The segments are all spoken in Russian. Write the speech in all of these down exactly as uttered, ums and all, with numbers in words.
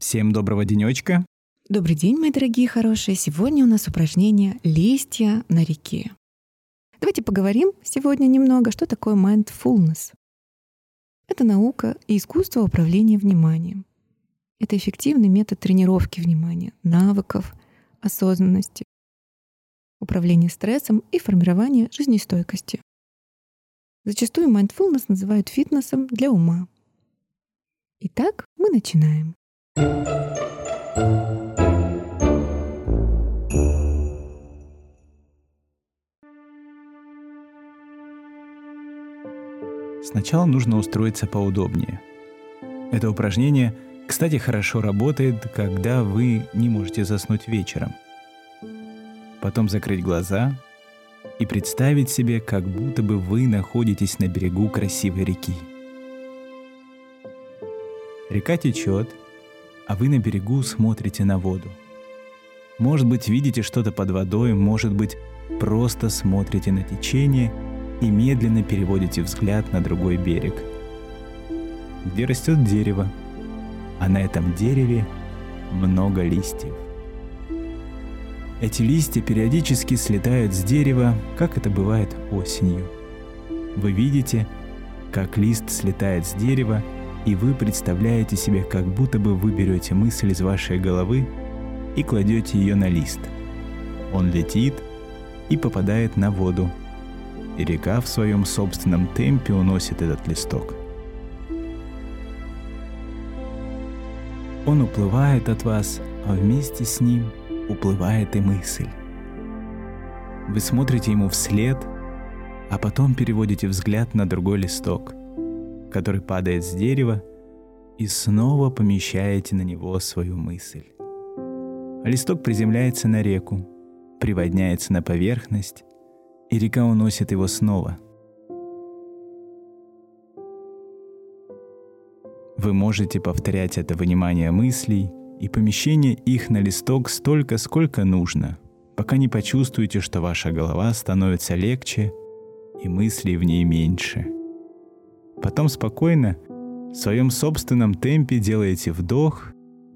Всем доброго денечка. Добрый день, мои дорогие хорошие. Сегодня у нас упражнение «Листья на реке». Давайте поговорим сегодня немного, что такое mindfulness. Это наука и искусство управления вниманием. Это эффективный метод тренировки внимания, навыков, осознанности, управления стрессом и формирования жизнестойкости. Зачастую mindfulness называют фитнесом для ума. Итак, мы начинаем. Сначала нужно устроиться поудобнее. Это упражнение, кстати, хорошо работает, когда вы не можете заснуть вечером. Потом закрыть глаза и представить себе, как будто бы вы находитесь на берегу красивой реки. Река течет, а вы на берегу смотрите на воду. Может быть, видите что-то под водой, может быть, просто смотрите на течение и медленно переводите взгляд на другой берег, где растет дерево, а на этом дереве много листьев. Эти листья периодически слетают с дерева, как это бывает осенью. Вы видите, как лист слетает с дерева, и вы представляете себе, как будто бы вы берете мысль из вашей головы и кладете ее на лист. Он летит и попадает на воду, и река в своем собственном темпе уносит этот листок. Он уплывает от вас, а вместе с ним уплывает и мысль. Вы смотрите ему вслед, а потом переводите взгляд на другой листок, который падает с дерева, и снова помещаете на него свою мысль. А листок приземляется на реку, приводняется на поверхность, и река уносит его снова. Вы можете повторять это вынимание мыслей и помещение их на листок столько, сколько нужно, пока не почувствуете, что ваша голова становится легче и мыслей в ней меньше. Потом спокойно, в своем собственном темпе делаете вдох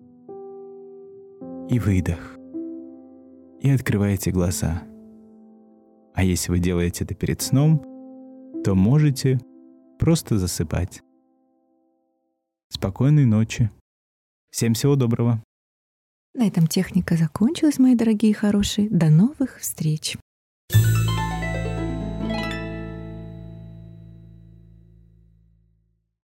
и выдох, и открываете глаза. А если вы делаете это перед сном, то можете просто засыпать. Спокойной ночи. Всем всего доброго. На этом техника закончилась, мои дорогие хорошие. До новых встреч.